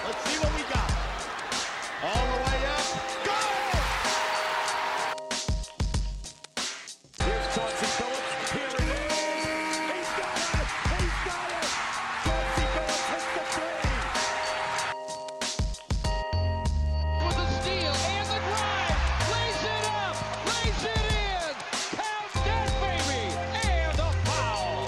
Let's see what we got. All the way up. Go! Here's Chauncey Billups. Here it is. He's got it. He's got it. Chauncey Billups hits the three. With a steal and the drive. Lays it up. Lays it in. Count that baby. And a foul.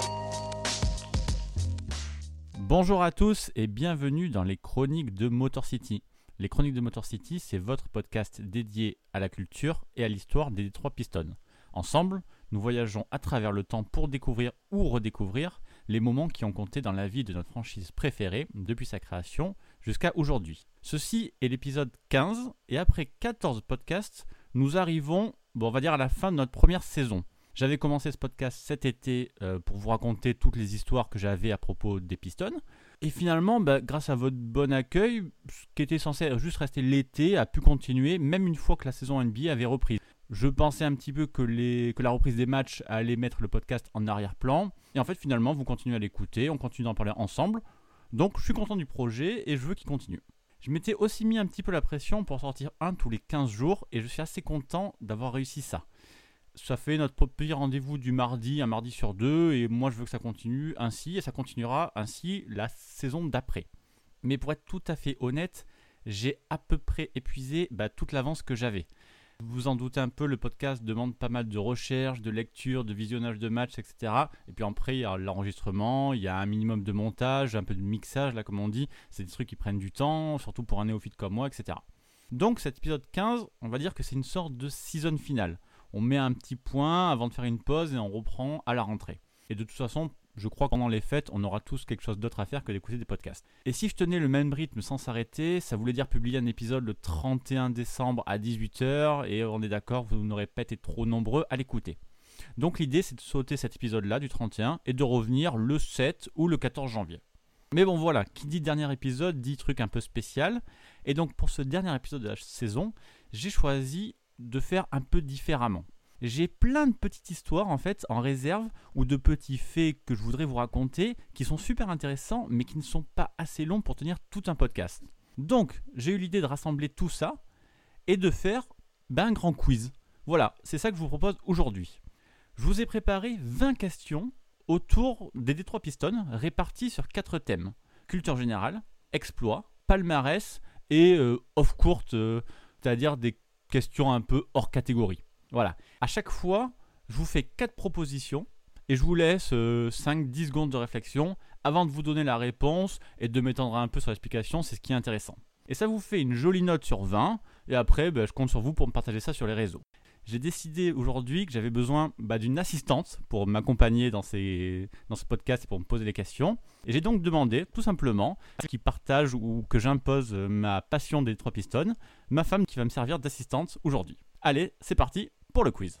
Bonjour à tous et bienvenue dans les Chroniques de Motor City. Les Chroniques de Motor City, c'est votre podcast dédié à la culture et à l'histoire des Detroit Pistons. Ensemble, nous voyageons à travers le temps pour découvrir ou redécouvrir les moments qui ont compté dans la vie de notre franchise préférée depuis sa création jusqu'à aujourd'hui. Ceci est l'épisode 15 et après 14 podcasts, nous arrivons, on va dire, à la fin de notre première saison. J'avais commencé ce podcast cet été pour vous raconter toutes les histoires que j'avais à propos des Pistons. Et finalement, grâce à votre bon accueil, ce qui était censé juste rester l'été a pu continuer, même une fois que la saison NBA avait repris. Je pensais un petit peu que la reprise des matchs allait mettre le podcast en arrière-plan. Et en fait, finalement, vous continuez à l'écouter, on continue d'en parler ensemble. Donc, je suis content du projet et je veux qu'il continue. Je m'étais aussi mis un petit peu la pression pour sortir un tous les 15 jours et je suis assez content d'avoir réussi ça. Ça fait notre petit rendez-vous du mardi, un mardi sur deux, et moi je veux que ça continue ainsi, et ça continuera ainsi la saison d'après. Mais pour être tout à fait honnête, j'ai à peu près épuisé toute l'avance que j'avais. Vous vous en doutez un peu, le podcast demande pas mal de recherche, de lecture, de visionnage de matchs, etc. Et puis après, il y a l'enregistrement, il y a un minimum de montage, un peu de mixage, là comme on dit. C'est des trucs qui prennent du temps, surtout pour un néophyte comme moi, etc. Donc cet épisode 15, on va dire que c'est une sorte de season finale. On met un petit point avant de faire une pause et on reprend à la rentrée. Et de toute façon, je crois que pendant les fêtes, on aura tous quelque chose d'autre à faire que d'écouter des podcasts. Et si je tenais le même rythme sans s'arrêter, ça voulait dire publier un épisode le 31 décembre à 18h et on est d'accord, vous n'aurez pas été trop nombreux à l'écouter. Donc l'idée, c'est de sauter cet épisode-là du 31 et de revenir le 7 ou le 14 janvier. Mais bon voilà, qui dit dernier épisode dit truc un peu spécial. Et donc pour ce dernier épisode de la saison, j'ai choisi de faire un peu différemment. J'ai plein de petites histoires en fait en réserve ou de petits faits que je voudrais vous raconter qui sont super intéressants mais qui ne sont pas assez longs pour tenir tout un podcast. Donc j'ai eu l'idée de rassembler tout ça et de faire un grand quiz. Voilà, c'est ça que je vous propose aujourd'hui. Je vous ai préparé 20 questions autour des Detroit Pistons réparties sur 4 thèmes. Culture générale, exploit, palmarès et off-court, c'est-à-dire des questions un peu hors catégorie. Voilà. À chaque fois, je vous fais 4 propositions et je vous laisse 5-10 secondes de réflexion avant de vous donner la réponse et de m'étendre un peu sur l'explication, c'est ce qui est intéressant. Et ça vous fait une jolie note sur 20 et après, je compte sur vous pour me partager ça sur les réseaux. J'ai décidé aujourd'hui que j'avais besoin d'une assistante pour m'accompagner dans ce podcast et pour me poser les questions. Et j'ai donc demandé, tout simplement, à ce qui partage ou que j'impose ma passion des Detroit Pistons, ma femme qui va me servir d'assistante aujourd'hui. Allez, c'est parti pour le quiz.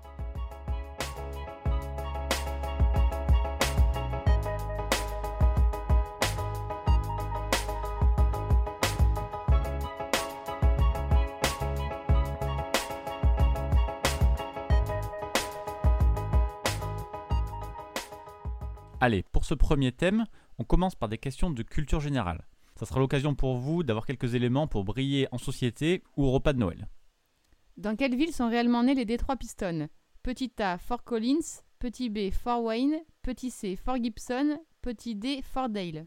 Allez, pour ce premier thème, on commence par des questions de culture générale. Ça sera l'occasion pour vous d'avoir quelques éléments pour briller en société ou au repas de Noël. Dans quelle ville sont réellement nés les Detroit Pistons ? Petit A, Fort Collins, petit B, Fort Wayne, petit C, Fort Gibson, petit D, Fort Dale.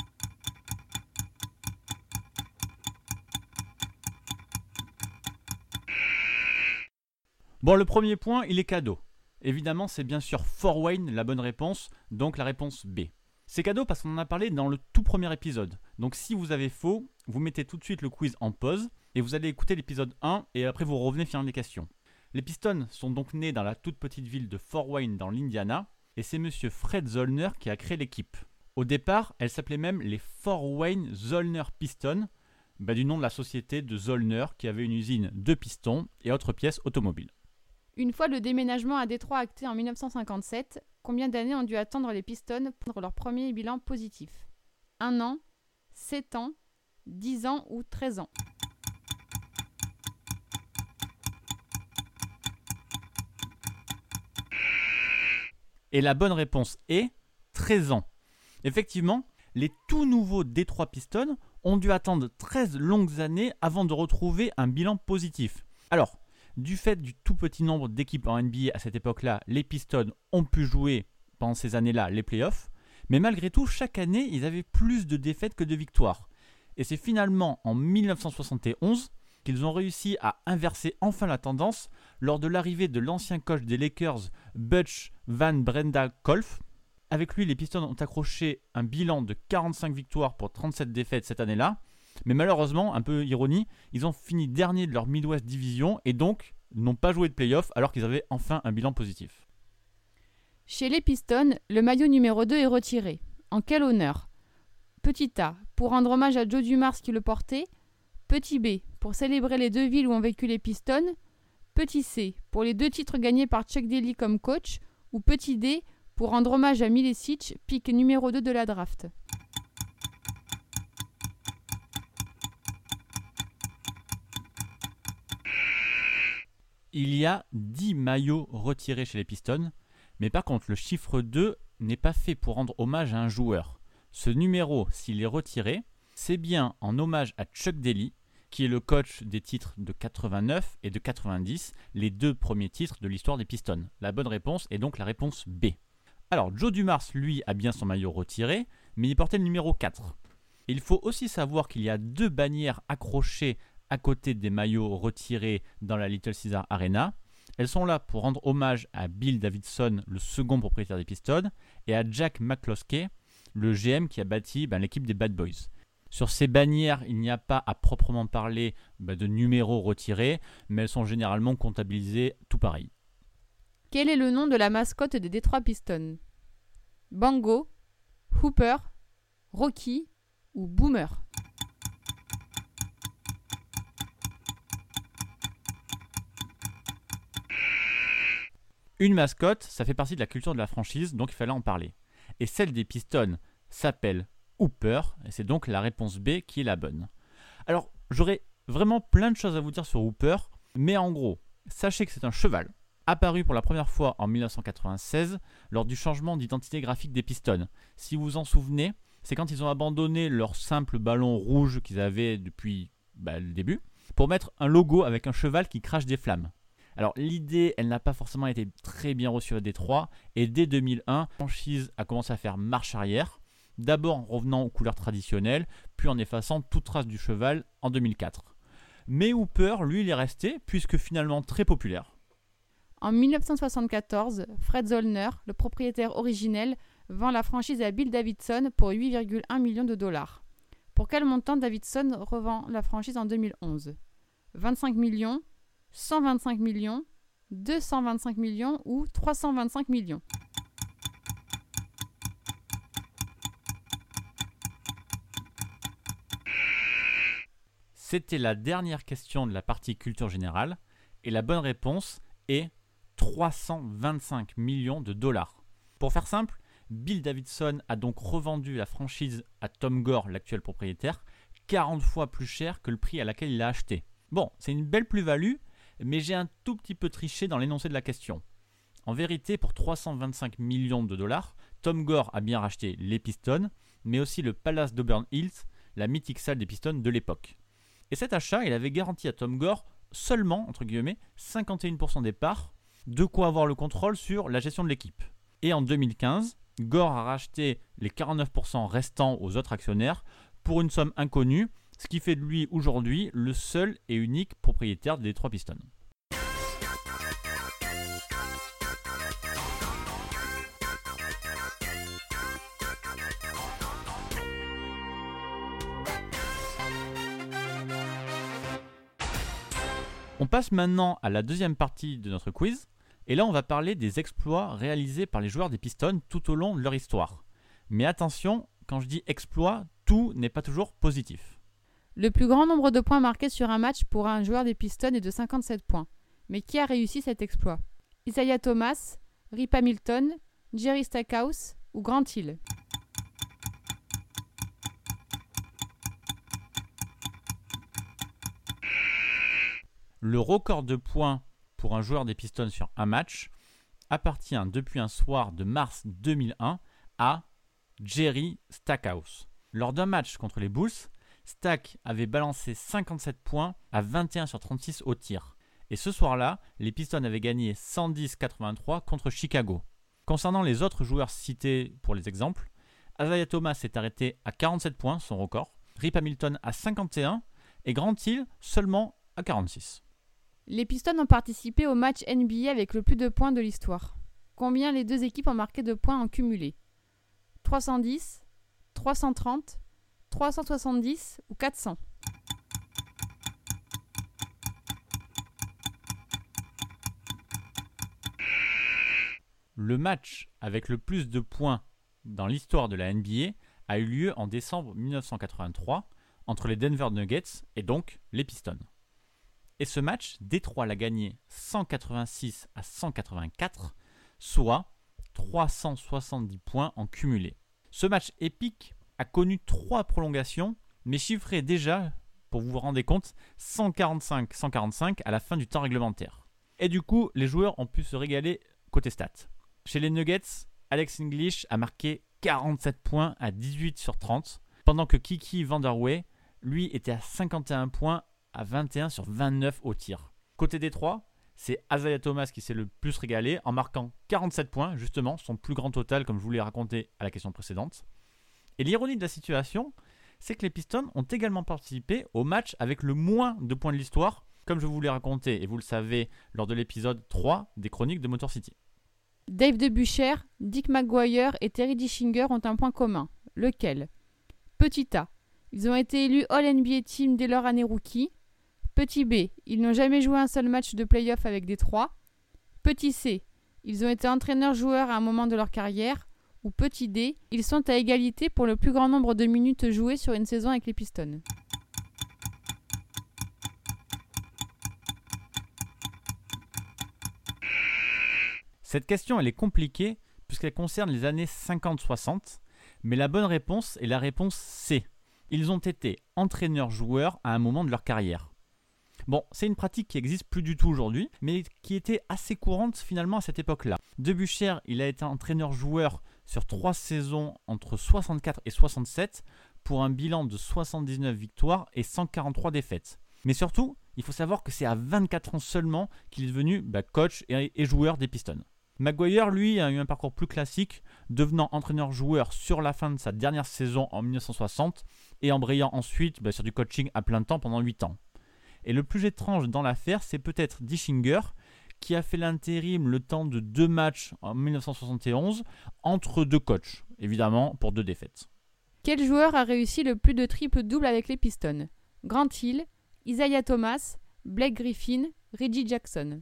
Bon, le premier point, il est cadeau. Évidemment, c'est bien sûr Fort Wayne la bonne réponse, donc la réponse B. C'est cadeau parce qu'on en a parlé dans le tout premier épisode. Donc si vous avez faux, vous mettez tout de suite le quiz en pause et vous allez écouter l'épisode 1 et après vous revenez finir les questions. Les Pistons sont donc nés dans la toute petite ville de Fort Wayne dans l'Indiana et c'est monsieur Fred Zollner qui a créé l'équipe. Au départ, elle s'appelait même les Fort Wayne Zollner Pistons, du nom de la société de Zollner qui avait une usine de pistons et autres pièces automobiles. Une fois le déménagement à Détroit acté en 1957, combien d'années ont dû attendre les Pistons pour leur premier bilan positif ? 1 an, 7 ans, 10 ans ou 13 ans ? Et la bonne réponse est 13 ans. Effectivement, les tout nouveaux Detroit Pistons ont dû attendre 13 longues années avant de retrouver un bilan positif. Alors, du fait du tout petit nombre d'équipes en NBA à cette époque-là, les Pistons ont pu jouer pendant ces années-là les playoffs, mais malgré tout, chaque année, ils avaient plus de défaites que de victoires. Et c'est finalement en 1971 qu'ils ont réussi à inverser enfin la tendance lors de l'arrivée de l'ancien coach des Lakers, Butch Van Breda Kolff. Avec lui, les Pistons ont accroché un bilan de 45 victoires pour 37 défaites cette année-là. Mais malheureusement, un peu ironie, ils ont fini dernier de leur Midwest Division et donc n'ont pas joué de playoff alors qu'ils avaient enfin un bilan positif. Chez les Pistons, le maillot numéro 2 est retiré. En quel honneur? Petit A, pour rendre hommage à Joe Dumars qui le portait. Petit B, pour célébrer les 2 villes où ont vécu les Pistons. Petit C, pour les 2 titres gagnés par Chuck Daly comme coach. Ou petit D, pour rendre hommage à Milicic, pick numéro 2 de la draft. Il y a 10 maillots retirés chez les Pistons, mais par contre le chiffre 2 n'est pas fait pour rendre hommage à un joueur. Ce numéro, s'il est retiré, c'est bien en hommage à Chuck Daly, qui est le coach des titres de 89 et de 90, les 2 premiers titres de l'histoire des Pistons. La bonne réponse est donc la réponse B. Alors Joe Dumars, lui, a bien son maillot retiré, mais il portait le numéro 4. Il faut aussi savoir qu'il y a 2 bannières accrochées à côté des maillots retirés dans la Little Caesars Arena. Elles sont là pour rendre hommage à Bill Davidson, le second propriétaire des Pistons, et à Jack McCloskey, le GM qui a bâti l'équipe des Bad Boys. Sur ces bannières, il n'y a pas à proprement parler de numéros retirés, mais elles sont généralement comptabilisées tout pareil. Quel est le nom de la mascotte des Detroit Pistons? Bango, Hooper, Rocky ou Boomer? Une mascotte, ça fait partie de la culture de la franchise, donc il fallait en parler. Et celle des Pistons s'appelle Hooper, et c'est donc la réponse B qui est la bonne. Alors, j'aurais vraiment plein de choses à vous dire sur Hooper, mais en gros, sachez que c'est un cheval, apparu pour la première fois en 1996, lors du changement d'identité graphique des Pistons. Si vous vous en souvenez, c'est quand ils ont abandonné leur simple ballon rouge qu'ils avaient depuis le début, pour mettre un logo avec un cheval qui crache des flammes. Alors l'idée, elle n'a pas forcément été très bien reçue à Détroit, et dès 2001, la franchise a commencé à faire marche arrière, d'abord en revenant aux couleurs traditionnelles, puis en effaçant toute trace du cheval en 2004. Mais Hooper, lui, il est resté, puisque finalement très populaire. En 1974, Fred Zollner, le propriétaire originel, vend la franchise à Bill Davidson pour 8,1 millions de dollars. Pour quel montant Davidson revend la franchise en 2011? 25 millions, 125 millions, 225 millions ou 325 millions? C'était la dernière question de la partie culture générale, et la bonne réponse est 325 millions de dollars. Pour faire simple, Bill Davidson a donc revendu la franchise à Tom Gore, l'actuel propriétaire, 40 fois plus cher que le prix à laquelle il l'a acheté. Bon, c'est une belle plus-value, mais j'ai un tout petit peu triché dans l'énoncé de la question. En vérité, pour 325 millions de dollars, Tom Gore a bien racheté les Pistons, mais aussi le Palace d'Auburn Hills, la mythique salle des Pistons de l'époque. Et cet achat, il avait garanti à Tom Gore seulement, entre guillemets, 51% des parts, de quoi avoir le contrôle sur la gestion de l'équipe. Et en 2015, Gore a racheté les 49% restants aux autres actionnaires pour une somme inconnue, ce qui fait de lui aujourd'hui le seul et unique propriétaire des Detroit Pistons. On passe maintenant à la deuxième partie de notre quiz, et là on va parler des exploits réalisés par les joueurs des Pistons tout au long de leur histoire. Mais attention, quand je dis exploit, tout n'est pas toujours positif. Le plus grand nombre de points marqués sur un match pour un joueur des Pistons est de 57 points. Mais qui a réussi cet exploit? Isaiah Thomas, Rip Hamilton, Jerry Stackhouse ou Grant Hill? Le record de points pour un joueur des Pistons sur un match appartient depuis un soir de mars 2001 à Jerry Stackhouse. Lors d'un match contre les Bulls, Stack avait balancé 57 points à 21 sur 36 au tir. Et ce soir-là, les Pistons avaient gagné 110-83 contre Chicago. Concernant les autres joueurs cités pour les exemples, Isaiah Thomas s'est arrêté à 47 points, son record, Rip Hamilton à 51 et Grant Hill seulement à 46. Les Pistons ont participé au match NBA avec le plus de points de l'histoire. Combien les deux équipes ont marqué de points en cumulé ? 310, 330, 370 ou 400 ? Le match avec le plus de points dans l'histoire de la NBA a eu lieu en décembre 1983 entre les Denver Nuggets et donc les Pistons. Et ce match, Détroit l'a gagné 186-184, soit 370 points en cumulé. Ce match épique a connu 3 prolongations, mais chiffré déjà, pour vous vous rendre compte, 145-145 à la fin du temps réglementaire. Et du coup, les joueurs ont pu se régaler côté stats. Chez les Nuggets, Alex English a marqué 47 points à 18 sur 30, pendant que Kiki Vanderway, lui, était à 51 points à 21 sur 29 au tir. Côté Détroit, c'est Isaiah Thomas qui s'est le plus régalé en marquant 47 points, justement, son plus grand total, comme je vous l'ai raconté à la question précédente. Et l'ironie de la situation, c'est que les Pistons ont également participé au match avec le moins de points de l'histoire, comme je vous l'ai raconté, et vous le savez, lors de l'épisode 3 des Chroniques de Motor City. Dave DeBusschere, Dick McGuire et Terry Dischinger ont un point commun. Lequel ? Petit A. Ils ont été élus All-NBA Team dès leur année rookie. Petit B. Ils n'ont jamais joué un seul match de play-off avec Détroit. Petit C. Ils ont été entraîneurs-joueurs à un moment de leur carrière. Ou petit D. Ils sont à égalité pour le plus grand nombre de minutes jouées sur une saison avec les Pistons. Cette question, elle est compliquée puisqu'elle concerne les années 50-60, mais la bonne réponse est la réponse C. Ils ont été entraîneurs-joueurs à un moment de leur carrière. Bon, c'est une pratique qui n'existe plus du tout aujourd'hui, mais qui était assez courante finalement à cette époque-là. DeBusschere, il a été entraîneur-joueur sur 3 saisons entre 64 et 67 pour un bilan de 79 victoires et 143 défaites. Mais surtout, il faut savoir que c'est à 24 ans seulement qu'il est devenu coach et joueur des Pistons. McGuire, lui, a eu un parcours plus classique, devenant entraîneur-joueur sur la fin de sa dernière saison en 1960 et embrayant ensuite sur du coaching à plein temps pendant 8 ans. Et le plus étrange dans l'affaire, c'est peut-être Dischinger, qui a fait l'intérim le temps de 2 matchs en 1971 entre 2 coachs, évidemment pour 2 défaites. Quel joueur a réussi le plus de triples-doubles avec les Pistons ? Grant Hill, Isaiah Thomas, Blake Griffin, Reggie Jackson.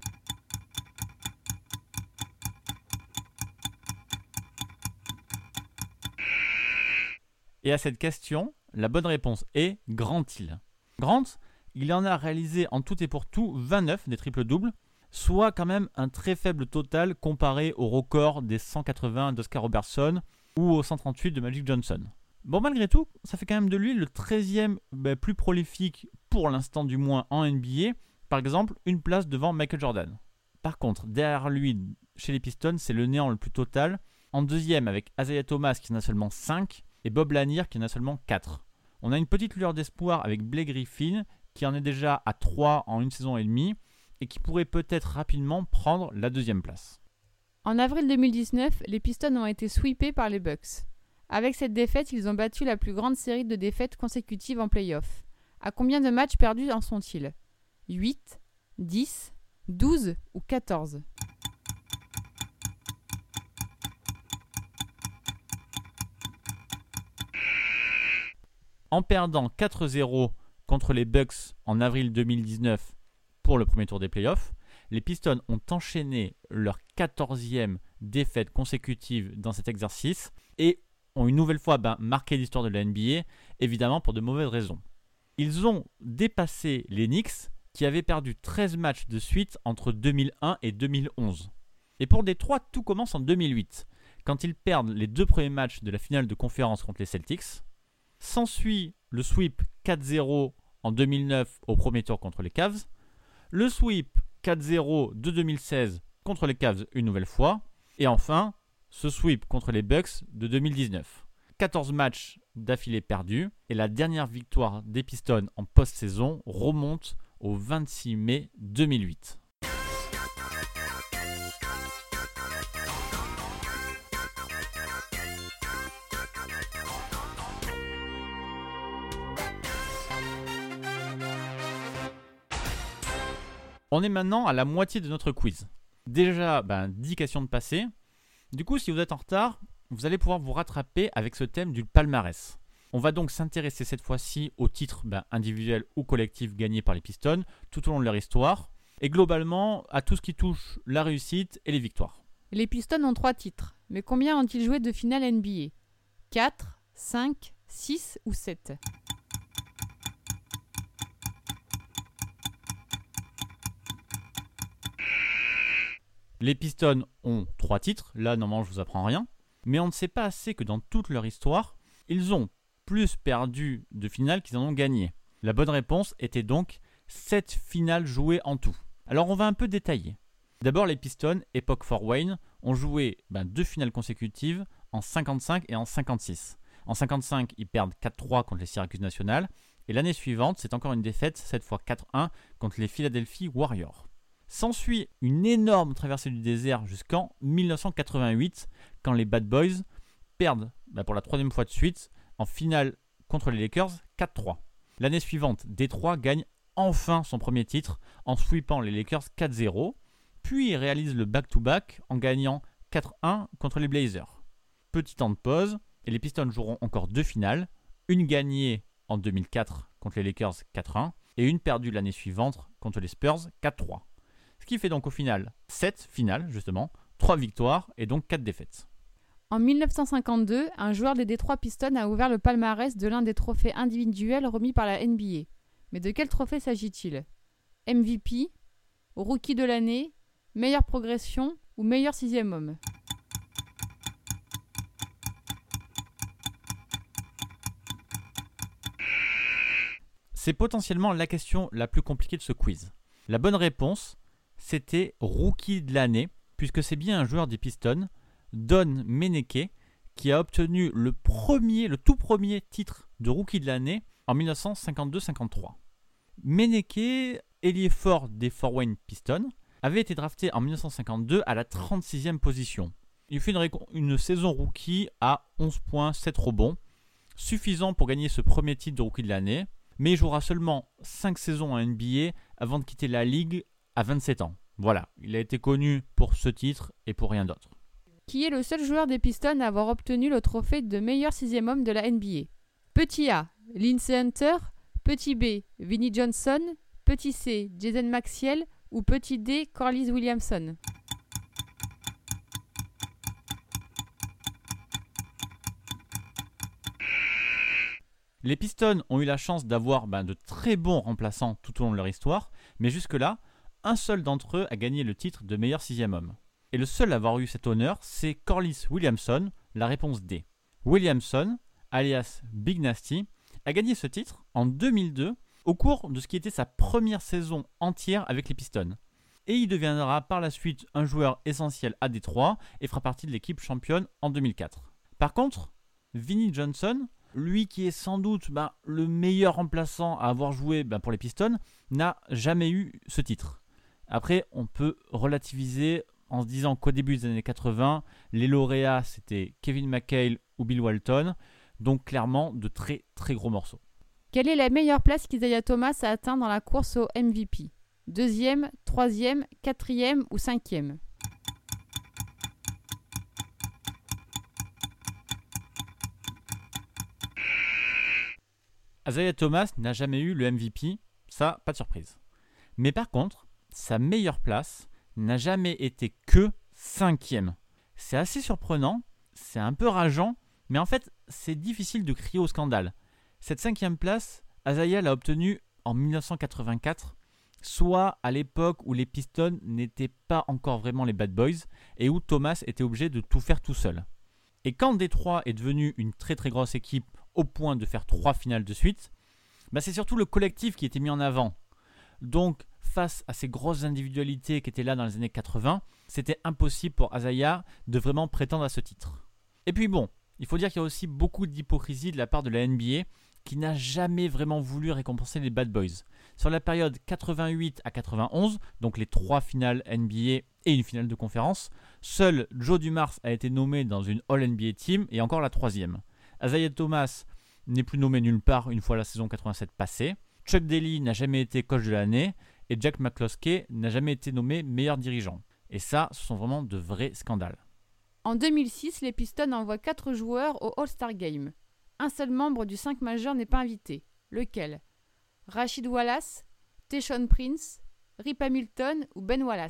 Et à cette question, la bonne réponse est Grant Hill. Grant, il en a réalisé en tout et pour tout 29 des triples-doubles, soit quand même un très faible total comparé au record des 180 d'Oscar Robertson ou aux 138 de Magic Johnson. Bon, malgré tout, ça fait quand même de lui le 13e plus prolifique, pour l'instant du moins, en NBA, par exemple une place devant Michael Jordan. Par contre, derrière lui, chez les Pistons, c'est le néant le plus total, en deuxième avec Isaiah Thomas qui en a seulement 5, et Bob Lanier qui en a seulement 4. On a une petite lueur d'espoir avec Blake Griffin qui en est déjà à 3 en une saison et demie et qui pourrait peut-être rapidement prendre la 2e place. En avril 2019, les Pistons ont été sweepés par les Bucks. Avec cette défaite, ils ont battu la plus grande série de défaites consécutives en play-off. À combien de matchs perdus en sont-ils ? 8, 10, 12 ou 14 ? En perdant 4-0 contre les Bucks en avril 2019 pour le premier tour des playoffs, les Pistons ont enchaîné leur 14e défaite consécutive dans cet exercice et ont une nouvelle fois marqué l'histoire de la NBA, évidemment pour de mauvaises raisons. Ils ont dépassé les Knicks qui avaient perdu 13 matchs de suite entre 2001 et 2011. Et pour Détroit, tout commence en 2008, quand ils perdent les 2 premiers matchs de la finale de conférence contre les Celtics. S'ensuit le sweep 4-0 en 2009 au premier tour contre les Cavs, le sweep 4-0 de 2016 contre les Cavs une nouvelle fois, et enfin ce sweep contre les Bucks de 2019. 14 matchs d'affilée perdus et la dernière victoire des Pistons en post-saison remonte au 26 mai 2008. On est maintenant à la moitié de notre quiz. Déjà, 10 questions de passé. Du coup, si vous êtes en retard, vous allez pouvoir vous rattraper avec ce thème du palmarès. On va donc s'intéresser cette fois-ci aux titres individuels ou collectifs gagnés par les Pistons tout au long de leur histoire et globalement à tout ce qui touche la réussite et les victoires. Les Pistons ont 3 titres, mais combien ont-ils joué de finales NBA ? 4, 5, 6 ou 7 ? Les Pistons ont 3 titres, là normalement je vous apprends rien, mais on ne sait pas assez que dans toute leur histoire, ils ont plus perdu de finales qu'ils en ont gagné. La bonne réponse était donc 7 finales jouées en tout. Alors on va un peu détailler. D'abord les Pistons, époque Fort Wayne, ont joué 2 finales consécutives en 55 et en 56. En 55, ils perdent 4-3 contre les Syracuse Nationals, et l'année suivante, c'est encore une défaite, cette fois 4-1 contre les Philadelphia Warriors. S'ensuit une énorme traversée du désert jusqu'en 1988, quand les Bad Boys perdent pour la 3e fois de suite en finale contre les Lakers 4-3. L'année suivante, Détroit gagne enfin son premier titre en sweepant les Lakers 4-0, puis réalise le back-to-back en gagnant 4-1 contre les Blazers. Petit temps de pause, et les Pistons joueront encore 2 finales, une gagnée en 2004 contre les Lakers 4-1 et une perdue l'année suivante contre les Spurs 4-3. Ce qui fait donc au final 7 finales, justement, 3 victoires et donc 4 défaites. En 1952, un joueur des Detroit Pistons a ouvert le palmarès de l'un des trophées individuels remis par la NBA. Mais de quel trophée s'agit-il ? MVP, Rookie de l'année, meilleure progression ou meilleur 6e homme ? C'est potentiellement la question la plus compliquée de ce quiz. La bonne réponse, c'était Rookie de l'année, puisque c'est bien un joueur des Pistons, Don Meneke, qui a obtenu le tout premier titre de Rookie de l'année en 1952-53. Meneke, ailier fort des Fort Wayne Pistons, avait été drafté en 1952 à la 36e position. Il fait une saison rookie à 11 points, 7 rebonds, suffisant pour gagner ce premier titre de Rookie de l'année, mais il jouera seulement 5 saisons en NBA avant de quitter la ligue à 27 ans. Voilà, il a été connu pour ce titre et pour rien d'autre. Qui est le seul joueur des Pistons à avoir obtenu le trophée de meilleur 6e homme de la NBA ? Petit A, Lindsey Hunter. Petit B, Vinnie Johnson. Petit C, Jason Maxiell. Ou petit D, Corliss Williamson. Les Pistons ont eu la chance d'avoir de très bons remplaçants tout au long de leur histoire, mais jusque-là, un seul d'entre eux a gagné le titre de meilleur 6e homme. Et le seul à avoir eu cet honneur, c'est Corliss Williamson, la réponse D. Williamson, alias Big Nasty, a gagné ce titre en 2002 au cours de ce qui était sa première saison entière avec les Pistons. Et il deviendra par la suite un joueur essentiel à Détroit et fera partie de l'équipe championne en 2004. Par contre, Vinnie Johnson, lui qui est sans doute le meilleur remplaçant à avoir joué pour les Pistons, n'a jamais eu ce titre. Après, on peut relativiser en se disant qu'au début des années 80, les lauréats c'était Kevin McHale ou Bill Walton, donc clairement de très très gros morceaux. Quelle est la meilleure place qu'Isaiah Thomas a atteint dans la course au MVP ? 2e, 3e, 4e ou 5e ? Isaiah Thomas n'a jamais eu le MVP, ça, pas de surprise. Mais par contre, sa meilleure place n'a jamais été que 5e. C'est assez surprenant, c'est un peu rageant, mais en fait, c'est difficile de crier au scandale. Cette 5e place, Isaiah l'a obtenue en 1984, soit à l'époque où les Pistons n'étaient pas encore vraiment les Bad Boys et où Thomas était obligé de tout faire tout seul. Et quand Détroit est devenu une très très grosse équipe au point de faire 3 finales de suite, c'est surtout le collectif qui était mis en avant. Donc, face à ces grosses individualités qui étaient là dans les années 80, c'était impossible pour Isaiah de vraiment prétendre à ce titre. Et puis bon, Il faut dire qu'il y a aussi beaucoup d'hypocrisie de la part de la NBA qui n'a jamais vraiment voulu récompenser les Bad Boys. Sur la période 88 à 91, donc les 3 finales NBA et une finale de conférence, seul Joe Dumars a été nommé dans une All-NBA Team et encore la 3e. Isaiah Thomas n'est plus nommé nulle part une fois la saison 87 passée. Chuck Daly n'a jamais été coach de l'année et Jack McCloskey n'a jamais été nommé meilleur dirigeant. Et ça, ce sont vraiment de vrais scandales. En 2006, les Pistons envoient 4 joueurs au All-Star Game. Un seul membre du 5 majeur n'est pas invité. Lequel ? Rashid Wallace, Tayshaun Prince, Rip Hamilton ou Ben Wallace ?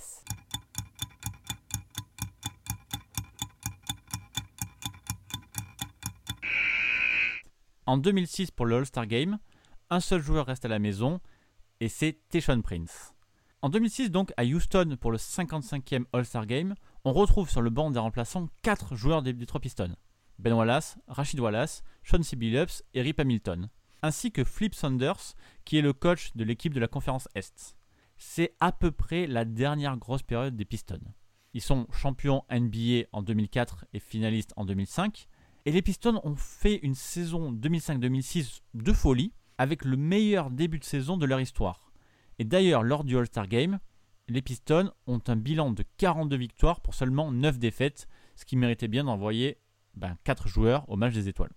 En 2006, pour le All-Star Game, un seul joueur reste à la maison et c'est Tayshaun Prince. En 2006, donc, à Houston, pour le 55e All-Star Game, on retrouve sur le banc des remplaçants 4 joueurs des 3 Pistons. Ben Wallace, Rashid Wallace, Chauncey Billups et Rip Hamilton, ainsi que Flip Saunders, qui est le coach de l'équipe de la conférence Est. C'est à peu près la dernière grosse période des Pistons. Ils sont champions NBA en 2004 et finalistes en 2005, et les Pistons ont fait une saison 2005-2006 de folie, avec le meilleur début de saison de leur histoire. Et d'ailleurs, lors du All-Star Game, les Pistons ont un bilan de 42 victoires pour seulement 9 défaites, ce qui méritait bien d'envoyer 4 joueurs au match des étoiles.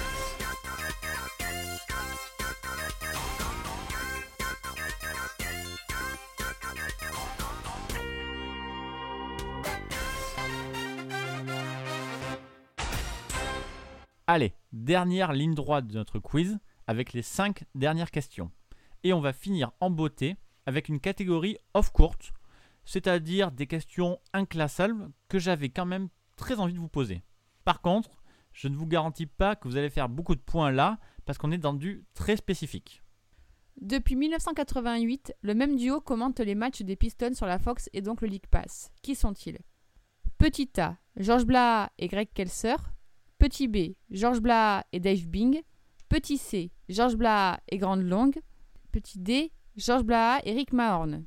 Allez, dernière ligne droite de notre quiz avec les 5 dernières questions. Et on va finir en beauté avec une catégorie off-court, c'est-à-dire des questions inclassables que j'avais quand même très envie de vous poser. Par contre, je ne vous garantis pas que vous allez faire beaucoup de points là, parce qu'on est dans du très spécifique. Depuis 1988, le même duo commente les matchs des Pistons sur la Fox et donc le League Pass. Qui sont-ils ? Petit A, Georges Blaha et Greg Kelser. Petit B, Georges Blaha et Dave Bing. Petit C, Georges Blaha et Grant Long. Petit D, Georges Blaha et Rick Mahorn.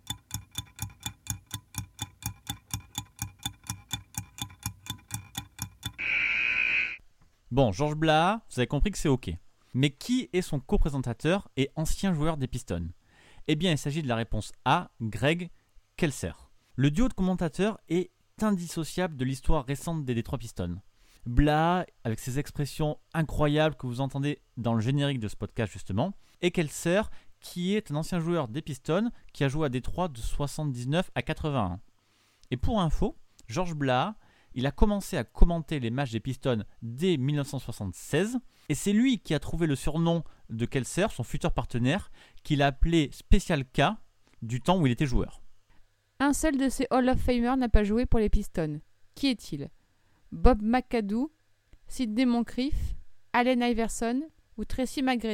Bon, Georges Blaha, vous avez compris que c'est OK. Mais qui est son co-présentateur et ancien joueur des Pistons ? Eh bien, il s'agit de la réponse A, Greg Kelser. Le duo de commentateurs est indissociable de l'histoire récente des Detroit Pistons. Blaha, avec ses expressions incroyables que vous entendez dans le générique de ce podcast justement, et Kelser, qui est un ancien joueur des Pistons qui a joué à Détroit de 79 à 81. Et pour info, Georges Blaha, il a commencé à commenter les matchs des Pistons dès 1976, et c'est lui qui a trouvé le surnom de Kelser, son futur partenaire, qu'il a appelé Special K du temps où il était joueur. Un seul de ces Hall of Famers n'a pas joué pour les Pistons. Qui est-il ? Bob McAdoo, Sidney Moncrief, Allen Iverson ou Tracy McGrady ?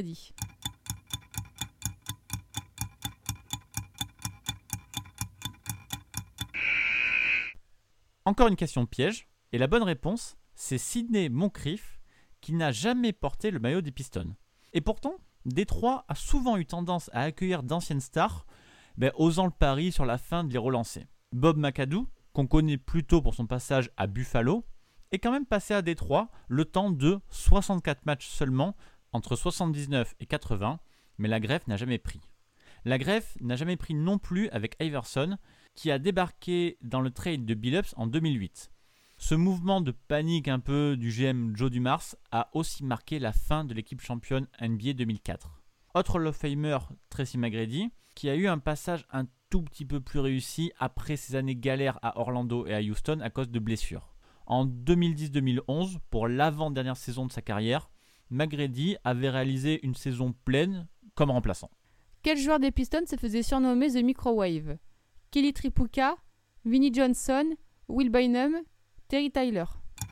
Encore une question piège, et la bonne réponse, c'est Sidney Moncrief qui n'a jamais porté le maillot des Pistons. Et pourtant, Détroit a souvent eu tendance à accueillir d'anciennes stars, osant le pari sur la fin de les relancer. Bob McAdoo, qu'on connaît plutôt pour son passage à Buffalo, est quand même passé à Détroit le temps de 64 matchs seulement entre 79 et 80, mais la greffe n'a jamais pris. La greffe n'a jamais pris non plus avec Iverson, qui a débarqué dans le trade de Billups en 2008. Ce mouvement de panique un peu du GM Joe Dumars a aussi marqué la fin de l'équipe championne NBA 2004. Autre Hall of Famer, Tracy McGrady, qui a eu un passage un tout petit peu plus réussi après ses années galères à Orlando et à Houston à cause de blessures. En 2010-2011, pour l'avant-dernière saison de sa carrière, McGrady avait réalisé une saison pleine comme remplaçant. Quel joueur des Pistons se faisait surnommer The Microwave ? Kelly Tripucka, Vinnie Johnson, Will Bynum, Terry Tyler.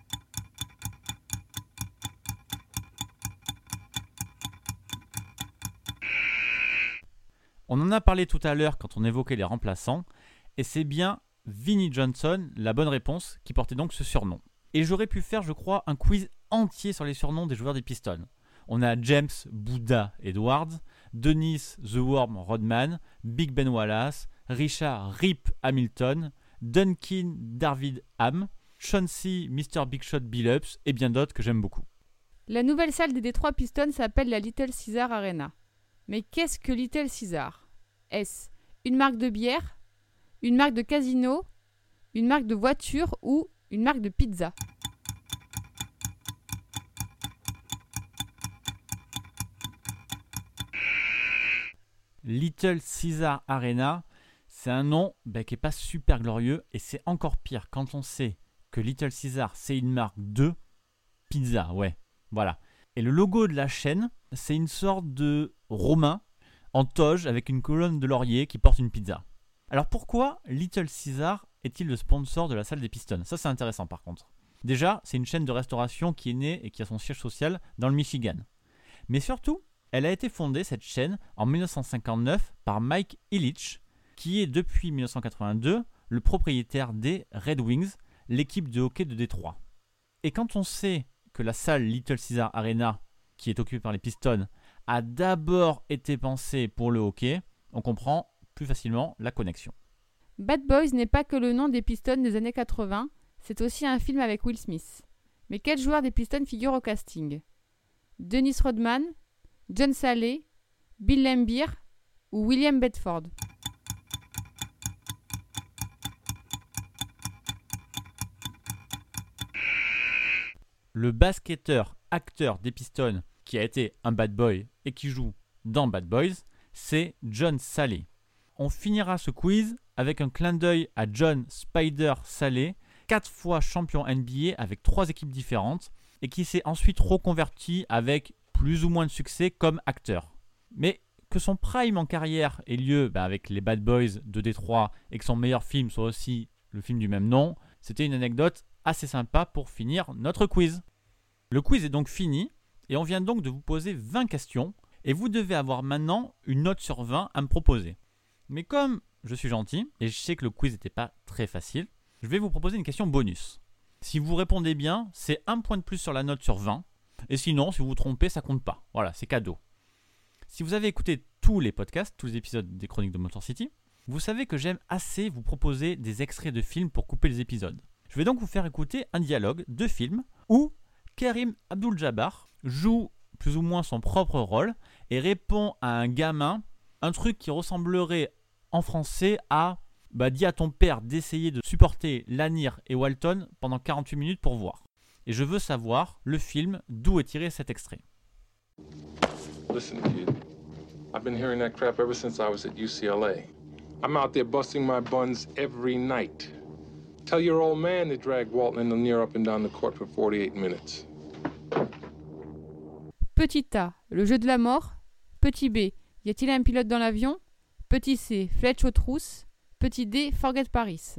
On en a parlé tout à l'heure quand on évoquait les remplaçants, et c'est bien Vinnie Johnson, la bonne réponse, qui portait donc ce surnom. Et j'aurais pu faire, je crois, un quiz entier sur les surnoms des joueurs des Pistons. On a James Buddha Edwards, Dennis The Worm Rodman, Big Ben Wallace, Richard Rip Hamilton, Duncan David Ham, Chauncey, Mr. Big Shot Billups et bien d'autres que j'aime beaucoup. La nouvelle salle des Détroit Pistons s'appelle la Little Caesar Arena. Mais qu'est-ce que Little Caesar ? Est-ce une marque de bière, une marque de casino, une marque de voiture ou une marque de pizza ? Little Caesar Arena, c'est un nom qui n'est pas super glorieux et c'est encore pire quand on sait que Little Caesar, c'est une marque de pizza, ouais, voilà. Et le logo de la chaîne, c'est une sorte de romain en toge avec une colonne de laurier qui porte une pizza. Alors pourquoi Little Caesar est-il le sponsor de la salle des Pistons ? Ça c'est intéressant par contre. Déjà, c'est une chaîne de restauration qui est née et qui a son siège social dans le Michigan. Mais surtout, elle a été fondée, cette chaîne, en 1959 par Mike Ilitch, qui est depuis 1982 le propriétaire des Red Wings, l'équipe de hockey de Détroit. Et quand on sait que la salle Little Caesar Arena, qui est occupée par les Pistons, a d'abord été pensée pour le hockey, on comprend plus facilement la connexion. Bad Boys n'est pas que le nom des Pistons des années 80, c'est aussi un film avec Will Smith. Mais quel joueur des Pistons figure au casting ? Dennis Rodman, John Salley, Bill Laimbeer ou William Bedford ? Le basketteur-acteur des Pistons qui a été un bad boy et qui joue dans Bad Boys, c'est John Salley. On finira ce quiz avec un clin d'œil à John Spider Salley, 4 fois champion NBA avec 3 équipes différentes et qui s'est ensuite reconverti avec plus ou moins de succès comme acteur. Mais que son prime en carrière ait lieu avec les Bad Boys de Détroit et que son meilleur film soit aussi le film du même nom, c'était une anecdote assez sympa pour finir notre quiz. Le quiz est donc fini et on vient donc de vous poser 20 questions et vous devez avoir maintenant une note sur 20 à me proposer. Mais comme je suis gentil et je sais que le quiz n'était pas très facile, je vais vous proposer une question bonus. Si vous répondez bien, c'est 1 point de plus sur la note sur 20 et sinon, si vous vous trompez, ça compte pas. Voilà, c'est cadeau. Si vous avez écouté tous les podcasts, tous les épisodes des Chroniques de Motor City, vous savez que j'aime assez vous proposer des extraits de films pour couper les épisodes. Je vais donc vous faire écouter un dialogue de film où Karim Abdul-Jabbar joue plus ou moins son propre rôle et répond à un gamin un truc qui ressemblerait en français à dis à ton père d'essayer de supporter Lanier et Walton pendant 48 minutes pour voir. Et je veux savoir le film d'où est tiré cet extrait. Listen, kid. I've been hearing that crap ever since I was at UCLA. I'm out there busting my buns every night. Tell your old man to drag Walton and Lanier up and down the court for 48 minutes. Petit A, le jeu de la mort. Petit B, y a-t-il un pilote dans l'avion ? Petit C, flèche aux trousses. Petit D, Forget Paris.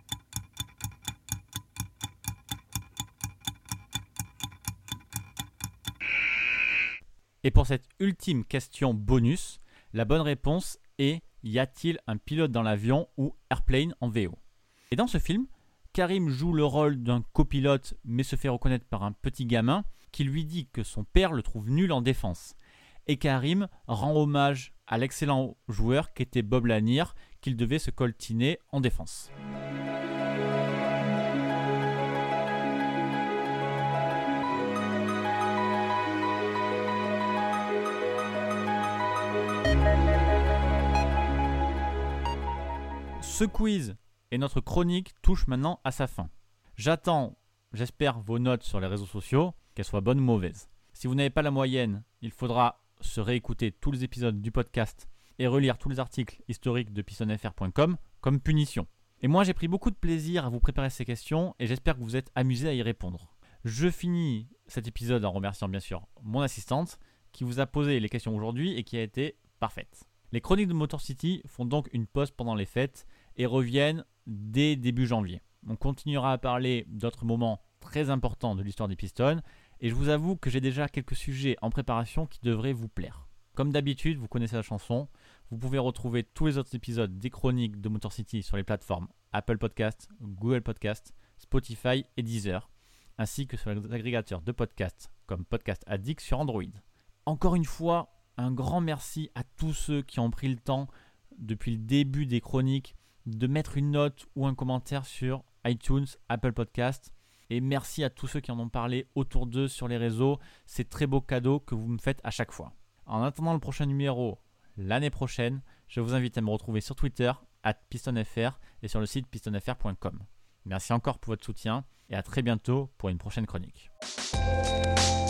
Et pour cette ultime question bonus, la bonne réponse est y a-t-il un pilote dans l'avion ou Airplane en VO. Et dans ce film, Karim joue le rôle d'un copilote mais se fait reconnaître par un petit gamin qui lui dit que son père le trouve nul en défense. Et Karim rend hommage à l'excellent joueur qu'était Bob Lanier qu'il devait se coltiner en défense. Ce quiz et notre chronique touchent maintenant à sa fin. J'attends, j'espère, vos notes sur les réseaux sociaux, qu'elles soient bonnes ou mauvaises. Si vous n'avez pas la moyenne, il faudra se réécouter tous les épisodes du podcast et relire tous les articles historiques de pistonfr.com comme punition. Et moi, j'ai pris beaucoup de plaisir à vous préparer ces questions et j'espère que vous êtes amusés à y répondre. Je finis cet épisode en remerciant bien sûr mon assistante qui vous a posé les questions aujourd'hui et qui a été parfaite. Les Chroniques de Motor City font donc une pause pendant les fêtes et reviennent dès début janvier. On continuera à parler d'autres moments très importants de l'histoire des Pistons et je vous avoue que j'ai déjà quelques sujets en préparation qui devraient vous plaire. Comme d'habitude, vous connaissez la chanson, vous pouvez retrouver tous les autres épisodes des Chroniques de Motor City sur les plateformes Apple Podcasts, Google Podcasts, Spotify et Deezer, ainsi que sur les agrégateurs de podcasts comme Podcast Addict sur Android. Encore une fois, un grand merci à tous ceux qui ont pris le temps depuis le début des chroniques de mettre une note ou un commentaire sur iTunes, Apple Podcasts. Et merci à tous ceux qui en ont parlé autour d'eux sur les réseaux. C'est très beau cadeau que vous me faites à chaque fois. En attendant le prochain numéro l'année prochaine, je vous invite à me retrouver sur Twitter @pistonfr et sur le site pistonfr.com. Merci encore pour votre soutien et à très bientôt pour une prochaine chronique.